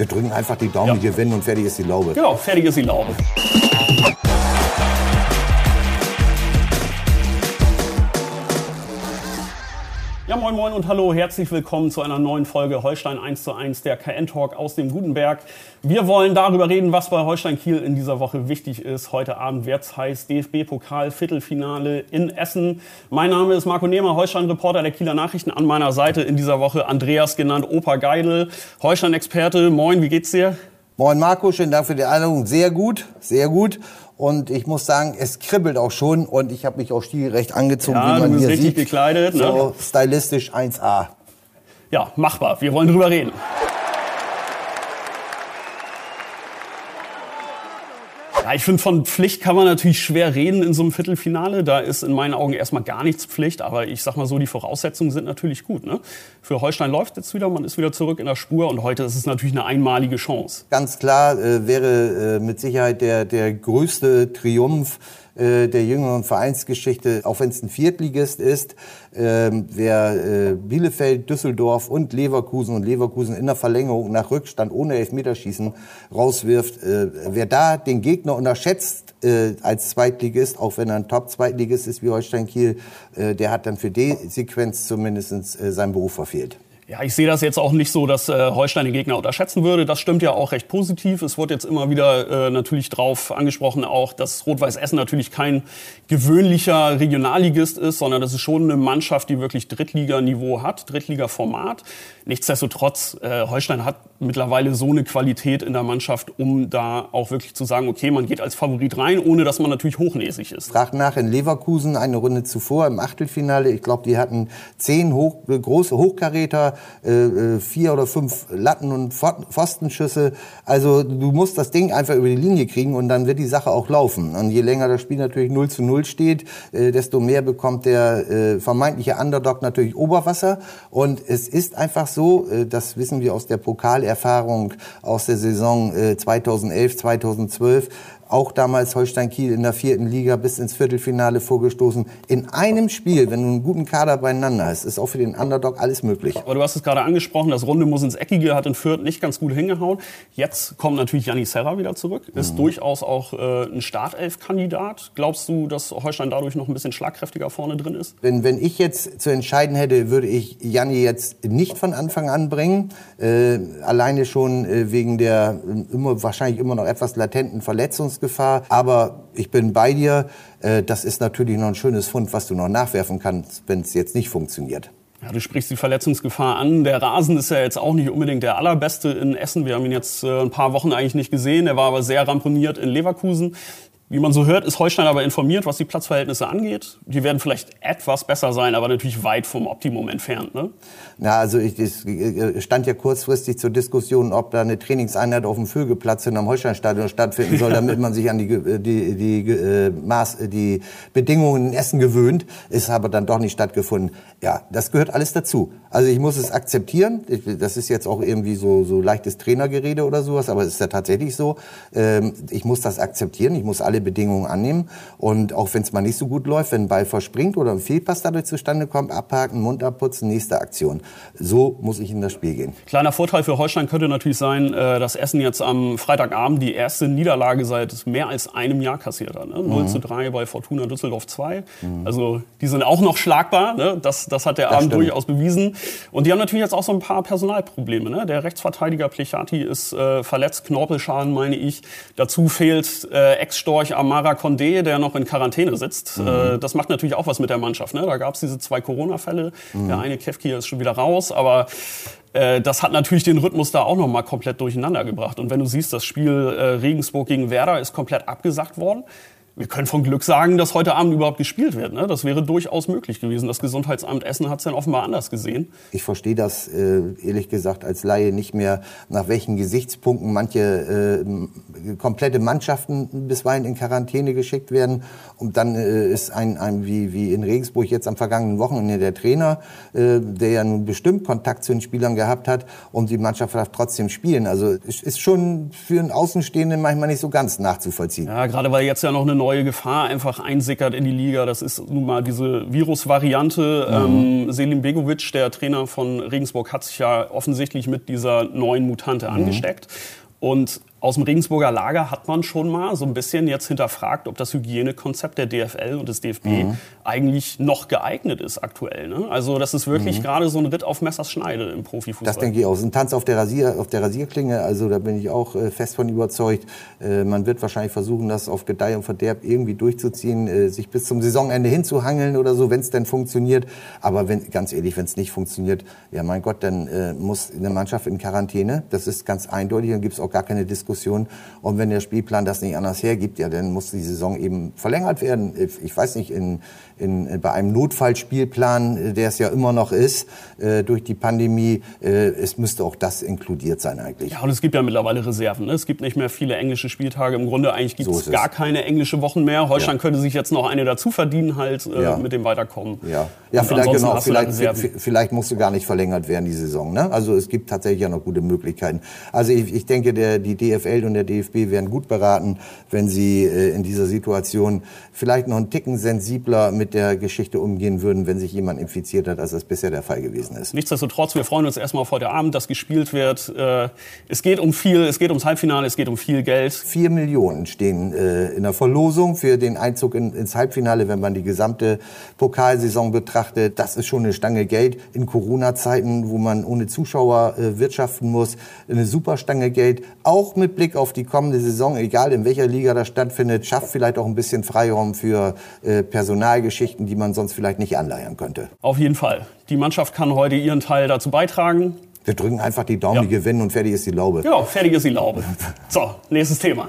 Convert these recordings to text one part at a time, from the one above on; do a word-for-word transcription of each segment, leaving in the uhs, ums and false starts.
Wir drücken einfach die Daumen, Ja. die gewinnen und fertig ist die Laube. Genau, fertig ist die Laube. Ja, moin moin und hallo, herzlich willkommen zu einer neuen Folge Holstein eins zu eins, der K N-Talk aus dem Gutenberg. Wir wollen darüber reden, was bei Holstein Kiel in dieser Woche wichtig ist. Heute Abend wird's heiß, D F B-Pokal, Viertelfinale in Essen. Mein Name ist Marco Nehmer, Holstein-Reporter der Kieler Nachrichten. An meiner Seite in dieser Woche Andreas, genannt Opa Geidel, Holstein-Experte. Moin, wie geht's dir? Moin Marco, schönen Dank für die Einladung. Sehr gut, sehr gut. Und ich muss sagen, es kribbelt auch schon und ich habe mich auch stilgerecht angezogen, Ja, wie man du bist hier richtig sieht. gekleidet, ne? So stylistisch eins A. Ja, machbar. Wir wollen drüber reden. Ja, ich finde, von Pflicht kann man natürlich schwer reden in so einem Viertelfinale. Da ist in meinen Augen erstmal gar nichts Pflicht. Aber ich sag mal so, die Voraussetzungen sind natürlich gut, ne? Für Holstein läuft jetzt wieder, man ist wieder zurück in der Spur. Und heute ist es natürlich eine einmalige Chance. Ganz klar äh, wäre äh, mit Sicherheit der, der größte Triumph äh, der jüngeren Vereinsgeschichte, auch wenn es ein Viertligist ist. Ähm, wer äh, Bielefeld, Düsseldorf und Leverkusen und Leverkusen in der Verlängerung nach Rückstand ohne Elfmeterschießen rauswirft, äh, wer da den Gegner unterschätzt äh, als Zweitligist, auch wenn er ein Top-Zweitligist ist wie Holstein Kiel, äh, der hat dann für die Sequenz zumindest äh, seinen Beruf verfehlt. Ja, ich sehe das jetzt auch nicht so, dass äh, Holstein den Gegner unterschätzen würde. Das stimmt ja auch recht positiv. Es wurde jetzt immer wieder äh, natürlich drauf angesprochen, auch, dass Rot-Weiß Essen natürlich kein gewöhnlicher Regionalligist ist, sondern das ist schon eine Mannschaft, die wirklich Drittliganiveau hat, Drittliga-Format. Nichtsdestotrotz, äh, Holstein hat mittlerweile so eine Qualität in der Mannschaft, um da auch wirklich zu sagen, okay, man geht als Favorit rein, ohne dass man natürlich hochnäsig ist. Fragt nach in Leverkusen eine Runde zuvor im Achtelfinale. Ich glaube, die hatten zehn hoch, große Hochkaräter, äh, vier oder fünf Latten- und Pfostenschüsse. Also du musst das Ding einfach über die Linie kriegen und dann wird die Sache auch laufen. Und je länger das Spiel natürlich null zu null steht, äh, desto mehr bekommt der äh, vermeintliche Underdog natürlich Oberwasser. Und es ist einfach so, äh, das wissen wir aus der Pokalerfahrung aus der Saison äh, zweitausendelf, zweitausendzwölf, auch damals Holstein Kiel in der vierten Liga bis ins Viertelfinale vorgestoßen. In einem Spiel, wenn du einen guten Kader beieinander hast, ist auch für den Underdog alles möglich. Aber du hast es gerade angesprochen, das Runde muss ins Eckige, hat in Fürth nicht ganz gut hingehauen. Jetzt kommt natürlich Gianni Serra wieder zurück, ist mhm. durchaus auch äh, ein Startelf-Kandidat. Glaubst du, dass Holstein dadurch noch ein bisschen schlagkräftiger vorne drin ist? Wenn, wenn ich jetzt zu entscheiden hätte, würde ich Gianni jetzt nicht von Anfang an bringen. Äh, alleine schon äh, wegen der äh, immer, wahrscheinlich immer noch etwas latenten Verletzungsgefahr. Aber ich bin bei dir. Das ist natürlich noch ein schönes Fund, was du noch nachwerfen kannst, wenn es jetzt nicht funktioniert. Ja, du sprichst die Verletzungsgefahr an. Der Rasen ist ja jetzt auch nicht unbedingt der allerbeste in Essen. Wir haben ihn jetzt ein paar Wochen eigentlich nicht gesehen. Er war aber sehr ramponiert in Leverkusen. Wie man so hört, ist Holstein aber informiert, was die Platzverhältnisse angeht. Die werden vielleicht etwas besser sein, aber natürlich weit vom Optimum entfernt, ne? Na, also ich, es stand ja kurzfristig zur Diskussion, ob da eine Trainingseinheit auf dem Vögelplatz in einem Holsteinstadion stattfinden soll, damit man sich an die, die, die, die, Maß, die Bedingungen in Essen gewöhnt. Ist aber dann doch nicht stattgefunden. Ja, das gehört alles dazu. Also ich muss es akzeptieren. Das ist jetzt auch irgendwie so, so leichtes Trainergerede oder sowas, aber es ist ja tatsächlich so. Ich muss das akzeptieren. Ich muss alle Bedingungen annehmen. Und auch wenn es mal nicht so gut läuft, wenn ein Ball verspringt oder ein Fehlpass dadurch zustande kommt, abhaken, Mund abputzen, nächste Aktion. So muss ich in das Spiel gehen. Kleiner Vorteil für Holstein könnte natürlich sein, dass Essen jetzt am Freitagabend die erste Niederlage seit mehr als einem Jahr kassiert hat. Ne? Mhm. null zu drei bei Fortuna Düsseldorf zwei. Mhm. Also die sind auch noch schlagbar. Ne? Das, das hat der das Abend stimmt. durchaus bewiesen. Und die haben natürlich jetzt auch so ein paar Personalprobleme. Ne? Der Rechtsverteidiger Plechati ist äh, verletzt, Knorpelschaden meine ich. Dazu fehlt äh, Ex-Storch Amara Condé, der noch in Quarantäne sitzt. Mhm. Äh, das macht natürlich auch was mit der Mannschaft. Ne? Da gab es diese zwei Corona-Fälle. Mhm. Der eine Kefkir ist schon wieder raus, aber äh, das hat natürlich den Rhythmus da auch noch mal komplett durcheinander gebracht. Und wenn du siehst, das Spiel äh, Regensburg gegen Werder ist komplett abgesagt worden. Wir können von Glück sagen, dass heute Abend überhaupt gespielt wird. Ne? Das wäre durchaus möglich gewesen. Das Gesundheitsamt Essen hat es dann offenbar anders gesehen. Ich verstehe das, äh, ehrlich gesagt, als Laie nicht mehr, nach welchen Gesichtspunkten manche äh, komplette Mannschaften bisweilen in Quarantäne geschickt werden. Und dann äh, ist ein, ein wie, wie in Regensburg jetzt am vergangenen Wochenende der Trainer, äh, der ja nun bestimmt Kontakt zu den Spielern gehabt hat, und die Mannschaft darf trotzdem spielen. Also es ist schon für einen Außenstehenden manchmal nicht so ganz nachzuvollziehen. Ja, gerade weil jetzt ja noch eine neue Gefahr einfach einsickert in die Liga. Das ist nun mal diese Virusvariante. Mhm. Ähm, Selim Begovic, der Trainer von Regensburg, hat sich ja offensichtlich mit dieser neuen Mutante mhm. angesteckt. Und aus dem Regensburger Lager hat man schon mal so ein bisschen jetzt hinterfragt, ob das Hygienekonzept der D F L und des D F B mhm. eigentlich noch geeignet ist aktuell. Ne? Also das ist wirklich mhm. gerade so ein Ritt auf Messers Schneide im Profifußball. Das denke ich auch. Ein Tanz auf der, Rasier, auf der Rasierklinge, also da bin ich auch äh, fest von überzeugt. Äh, man wird wahrscheinlich versuchen, das auf Gedeih und Verderb irgendwie durchzuziehen, äh, sich bis zum Saisonende hinzuhangeln oder so, wenn es denn funktioniert. Aber wenn, ganz ehrlich, wenn es nicht funktioniert, ja mein Gott, dann äh, muss eine Mannschaft in Quarantäne. Das ist ganz eindeutig, dann gibt es auch gar keine Diskussion. Und wenn der Spielplan das nicht anders hergibt, ja, dann muss die Saison eben verlängert werden. Ich weiß nicht, in, in, bei einem Notfallspielplan, der es ja immer noch ist, äh, durch die Pandemie, äh, es müsste auch das inkludiert sein eigentlich. Ja, und es gibt ja mittlerweile Reserven. Ne? Es gibt nicht mehr viele englische Spieltage. Im Grunde eigentlich gibt es so gar keine englische Wochen mehr. Holstein ja. könnte sich jetzt noch eine dazu verdienen, halt äh, ja. mit dem Weiterkommen. Ja, ja vielleicht, genau, vielleicht, vielleicht musste gar nicht verlängert werden, die Saison. Ne? Also es gibt tatsächlich ja noch gute Möglichkeiten. Also ich, ich denke, der, die D F L und der D F B wären gut beraten, wenn sie äh, in dieser Situation vielleicht noch einen Ticken sensibler mit der Geschichte umgehen würden, wenn sich jemand infiziert hat, als das bisher der Fall gewesen ist. Nichtsdestotrotz, wir freuen uns erstmal auf heute Abend, dass gespielt wird. Äh, es geht um viel, es geht ums Halbfinale, es geht um viel Geld. Vier Millionen stehen äh, in der Verlosung für den Einzug in, ins Halbfinale, wenn man die gesamte Pokalsaison betrachtet. Das ist schon eine Stange Geld in Corona-Zeiten, wo man ohne Zuschauer äh, wirtschaften muss. Eine super Stange Geld, auch mit Blick auf die kommende Saison, egal in welcher Liga das stattfindet, schafft vielleicht auch ein bisschen Freiraum für äh, Personalgeschichten, die man sonst vielleicht nicht anleiern könnte. Auf jeden Fall. Die Mannschaft kann heute ihren Teil dazu beitragen. Wir drücken einfach die Daumen, ja. die gewinnen und fertig ist die Laube. Genau, fertig ist die Laube. So, nächstes Thema.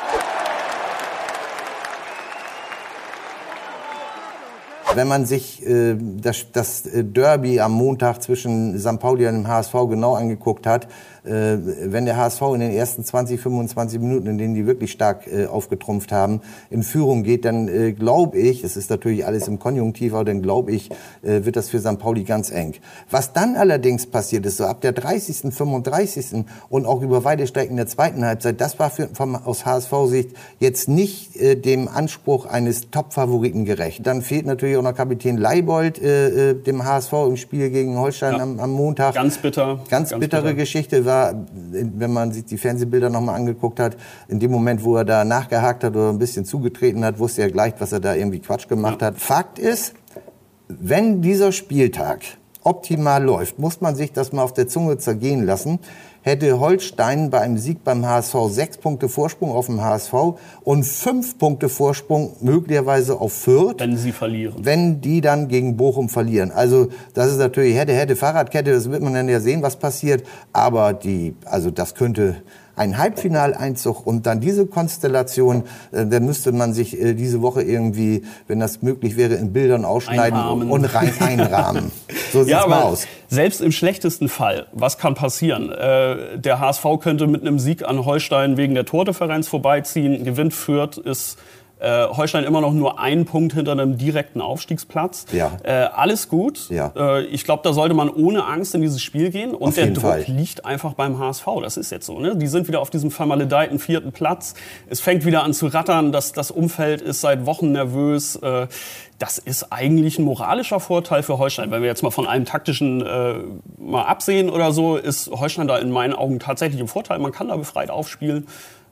Wenn man sich äh, das, das Derby am Montag zwischen Sankt Pauli und dem H S V genau angeguckt hat, äh, wenn der H S V in den ersten zwanzig, fünfundzwanzig Minuten, in denen die wirklich stark äh, aufgetrumpft haben, in Führung geht, dann äh, glaube ich, es ist natürlich alles im Konjunktiv, aber dann glaube ich, äh, wird das für Sankt Pauli ganz eng. Was dann allerdings passiert ist, so ab der dreißigsten, fünfunddreißigsten und auch über weite Strecken der zweiten Halbzeit, das war für, vom, aus H S V-Sicht jetzt nicht äh, dem Anspruch eines Top-Favoriten gerecht. Dann fehlt natürlich auch noch Kapitän Leibold, äh, dem H S V im Spiel gegen Holstein ja. am, am Montag. Ganz bitter. Ganz, ganz bittere bitter. Geschichte war, wenn man sich die Fernsehbilder nochmal angeguckt hat, in dem Moment, wo er da nachgehakt hat oder ein bisschen zugetreten hat, wusste er gleich, was er da irgendwie Quatsch gemacht ja. hat. Fakt ist, wenn dieser Spieltag optimal läuft, muss man sich das mal auf der Zunge zergehen lassen, hätte Holstein bei einem Sieg beim H S V sechs Punkte Vorsprung auf dem H S V und fünf Punkte Vorsprung möglicherweise auf Fürth. Wenn sie verlieren. Wenn die dann gegen Bochum verlieren. Also das ist natürlich hätte, hätte, Fahrradkette, das wird man dann ja sehen, was passiert. Aber die, also das könnte ein Halbfinaleinzug und dann diese Konstellation, äh, da müsste man sich äh, diese Woche irgendwie, wenn das möglich wäre, in Bildern ausschneiden einrahmen. und rein einrahmen. So sieht's ja, mal aus. Selbst im schlechtesten Fall, was kann passieren? Äh, der H S V könnte mit einem Sieg an Holstein wegen der Tordifferenz vorbeiziehen, gewinnt Fürth, ist Äh, Holstein immer noch nur einen Punkt hinter einem direkten Aufstiegsplatz. Ja. Äh, alles gut. Ja. Äh, ich glaube, da sollte man ohne Angst in dieses Spiel gehen. Und auf der jeden Druck Fall. liegt einfach beim H S V. Das ist jetzt so. Ne? Die sind wieder auf diesem vermaledeiten vierten Platz. Es fängt wieder an zu rattern. Das, das Umfeld ist seit Wochen nervös. Äh, das ist eigentlich ein moralischer Vorteil für Holstein. Wenn wir jetzt mal von einem taktischen äh, mal absehen oder so, ist Holstein da in meinen Augen tatsächlich im Vorteil. Man kann da befreit aufspielen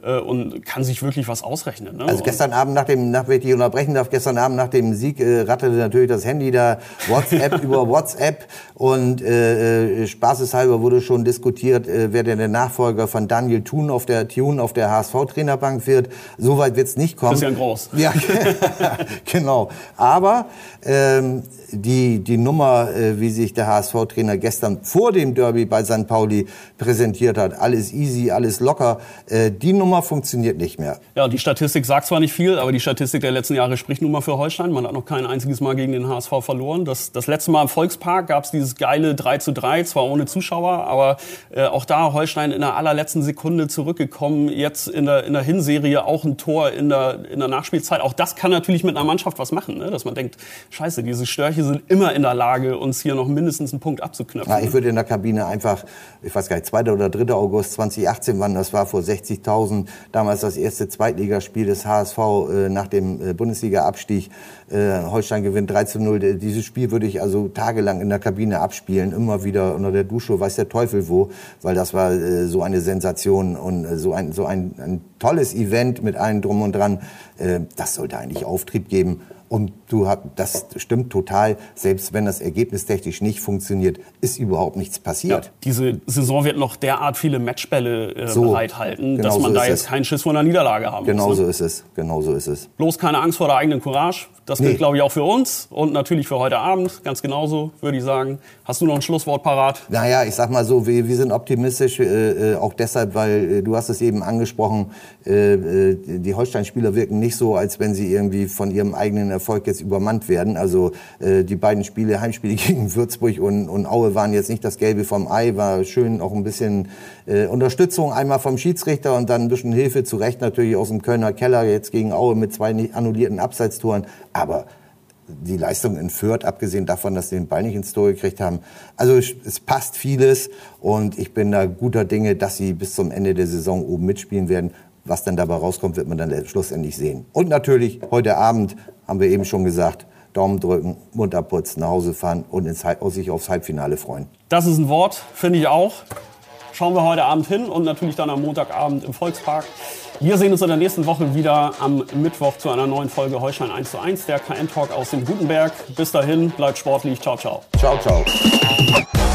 und kann sich wirklich was ausrechnen. Ne? Also gestern Abend nach dem, nach, wenn ich unterbrechen darf, gestern Abend nach dem Sieg äh, ratterte natürlich das Handy da, WhatsApp über WhatsApp und äh, spaßeshalber wurde schon diskutiert, äh, wer denn der Nachfolger von Daniel Thun auf der Thun auf der H S V-Trainerbank wird. So weit wird's nicht kommen. Christian Groß. Ja, genau. Aber ähm, die die Nummer, äh, wie sich der H S V-Trainer gestern vor dem Derby bei Sankt Pauli präsentiert hat, alles easy, alles locker, äh, die Nummer funktioniert nicht mehr. Ja, die Statistik sagt zwar nicht viel, aber die Statistik der letzten Jahre spricht nun mal für Holstein. Man hat noch kein einziges Mal gegen den H S V verloren. Das, das letzte Mal im Volkspark gab es dieses geile drei zu drei, zwar ohne Zuschauer, aber äh, auch da Holstein in der allerletzten Sekunde zurückgekommen. Jetzt in der, in der Hinserie auch ein Tor in der, in der Nachspielzeit. Auch das kann natürlich mit einer Mannschaft was machen, ne? Dass man denkt, scheiße, diese Störche sind immer in der Lage, uns hier noch mindestens einen Punkt abzuknöpfen. Ja, ich würde in der Kabine einfach, ich weiß gar nicht, zweiter oder dritter August zweitausendachtzehn, wann das war, vor sechzigtausend vergessen, damals das erste Zweitligaspiel des H S V äh, nach dem äh, Bundesliga-Abstieg. Äh, Holstein gewinnt drei zu null. Dieses Spiel würde ich also tagelang in der Kabine abspielen, immer wieder unter der Dusche, weiß der Teufel wo, weil das war äh, so eine Sensation und äh, so ein so ein, ein tolles Event mit allem drum und dran. Äh, das sollte eigentlich Auftrieb geben. Und du hast, das stimmt total, selbst wenn das ergebnistechnisch nicht funktioniert, ist überhaupt nichts passiert. Ja, diese Saison wird noch derart viele Matchbälle äh, so, bereithalten, genau dass man so da jetzt es. keinen Schiss vor einer Niederlage haben genau muss. Genau ne? so ist es, genau so ist es. Bloß keine Angst vor der eigenen Courage. Das gilt, Nee. glaube ich, auch für uns und natürlich für heute Abend. Ganz genauso, würde ich sagen. Hast du noch ein Schlusswort parat? Naja, ich sag mal so, wir, wir sind optimistisch, äh, auch deshalb, weil äh, du hast es eben angesprochen, äh, die Holstein-Spieler wirken nicht so, als wenn sie irgendwie von ihrem eigenen Erfolg jetzt übermannt werden. Also äh, die beiden Spiele, Heimspiele gegen Würzburg und, und Aue waren jetzt nicht das Gelbe vom Ei, war schön auch ein bisschen äh, Unterstützung einmal vom Schiedsrichter und dann ein bisschen Hilfe, zu Recht natürlich aus dem Kölner Keller, jetzt gegen Aue mit zwei nicht annullierten Abseitstoren. Aber die Leistung in Fürth, abgesehen davon, dass sie den Ball nicht ins Tor gekriegt haben. Also es passt vieles und ich bin da guter Dinge, dass sie bis zum Ende der Saison oben mitspielen werden. Was dann dabei rauskommt, wird man dann schlussendlich sehen. Und natürlich, heute Abend, haben wir eben schon gesagt, Daumen drücken, Mund abputzen, nach Hause fahren und ins, sich aufs Halbfinale freuen. Das ist ein Wort, finde ich auch. Schauen wir heute Abend hin und natürlich dann am Montagabend im Volkspark. Wir sehen uns in der nächsten Woche wieder am Mittwoch zu einer neuen Folge Holstein eins zu eins, der K N-Talk aus dem Gutenberg. Bis dahin, bleibt sportlich. Ciao, ciao. Ciao, ciao.